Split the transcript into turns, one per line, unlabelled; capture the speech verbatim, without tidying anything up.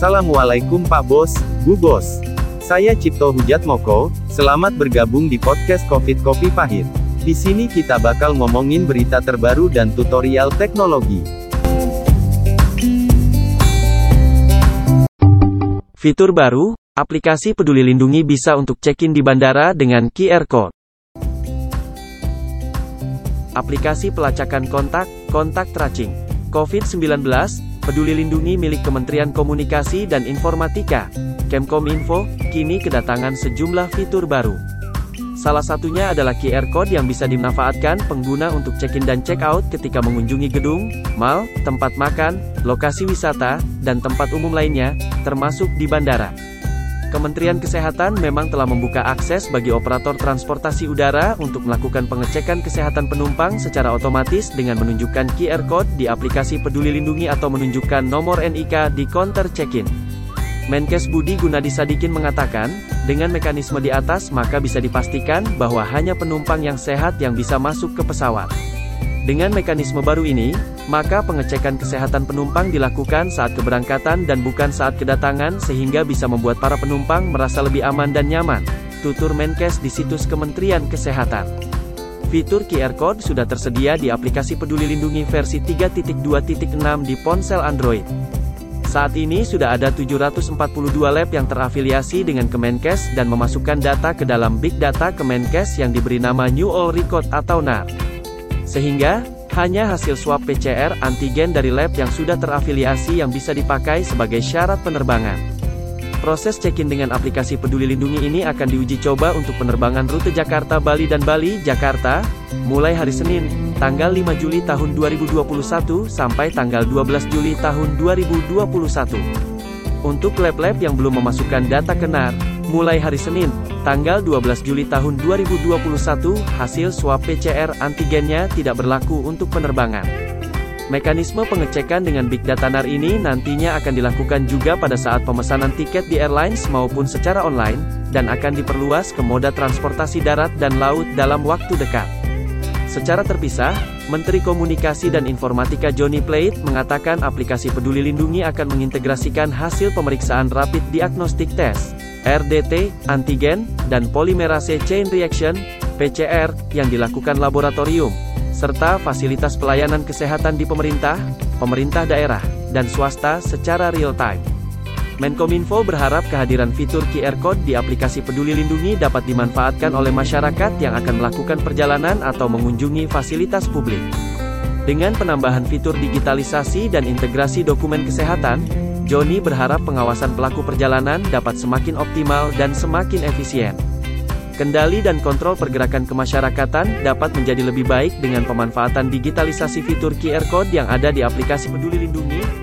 Assalamualaikum Pak Bos, Bu Bos. Saya Cipto Hujatmoko, selamat bergabung di podcast Covid Kopi Pahit. Di sini kita bakal ngomongin berita terbaru dan tutorial teknologi.
Fitur baru, aplikasi Peduli Lindungi bisa untuk check-in di bandara dengan Q R Code. Aplikasi pelacakan kontak, kontak tracing covid sembilan belas, Peduli Lindungi milik Kementerian Komunikasi dan Informatika, Kemkominfo, kini kedatangan sejumlah fitur baru. Salah satunya adalah Q R Code yang bisa dimanfaatkan pengguna untuk check-in dan check-out ketika mengunjungi gedung, mal, tempat makan, lokasi wisata, dan tempat umum lainnya, termasuk di bandara. Kementerian Kesehatan memang telah membuka akses bagi operator transportasi udara untuk melakukan pengecekan kesehatan penumpang secara otomatis dengan menunjukkan Q R Code di aplikasi Peduli Lindungi atau menunjukkan nomor N I K di counter check-in. Menkes Budi Gunadi Sadikin mengatakan, dengan mekanisme di atas maka bisa dipastikan bahwa hanya penumpang yang sehat yang bisa masuk ke pesawat. Dengan mekanisme baru ini, maka pengecekan kesehatan penumpang dilakukan saat keberangkatan dan bukan saat kedatangan sehingga bisa membuat para penumpang merasa lebih aman dan nyaman, tutur Menkes di situs Kementerian Kesehatan. Fitur Q R Code sudah tersedia di aplikasi Peduli Lindungi versi tiga titik dua titik enam di ponsel Android. Saat ini sudah ada tujuh ratus empat puluh dua lab yang terafiliasi dengan Kemenkes dan memasukkan data ke dalam Big Data Kemenkes yang diberi nama New All Record atau N A R. Sehingga, hanya hasil swab P C R antigen dari lab yang sudah terafiliasi yang bisa dipakai sebagai syarat penerbangan. Proses check-in dengan aplikasi Peduli Lindungi ini akan diuji coba untuk penerbangan rute Jakarta-Bali dan Bali-Jakarta, mulai hari Senin, tanggal lima Juli tahun dua ribu dua puluh satu sampai tanggal dua belas Juli tahun dua ribu dua puluh satu. Untuk lab-lab yang belum memasukkan data ke N A R, mulai hari Senin, tanggal dua belas Juli tahun dua ribu dua puluh satu, hasil swab P C R antigennya tidak berlaku untuk penerbangan. Mekanisme pengecekan dengan Big Data N A R ini nantinya akan dilakukan juga pada saat pemesanan tiket di airlines maupun secara online, dan akan diperluas ke moda transportasi darat dan laut dalam waktu dekat. Secara terpisah, Menteri Komunikasi dan Informatika Johnny Plate mengatakan aplikasi Peduli Lindungi akan mengintegrasikan hasil pemeriksaan Rapid Diagnostic Test, R D T, antigen, dan Polymerase Chain Reaction, P C R, yang dilakukan laboratorium, serta fasilitas pelayanan kesehatan di pemerintah, pemerintah daerah, dan swasta secara real-time. Menkominfo berharap kehadiran fitur Q R Code di aplikasi Peduli Lindungi dapat dimanfaatkan oleh masyarakat yang akan melakukan perjalanan atau mengunjungi fasilitas publik. Dengan penambahan fitur digitalisasi dan integrasi dokumen kesehatan, Johnny berharap pengawasan pelaku perjalanan dapat semakin optimal dan semakin efisien. Kendali dan kontrol pergerakan kemasyarakatan dapat menjadi lebih baik dengan pemanfaatan digitalisasi fitur Q R Code yang ada di aplikasi Peduli Lindungi.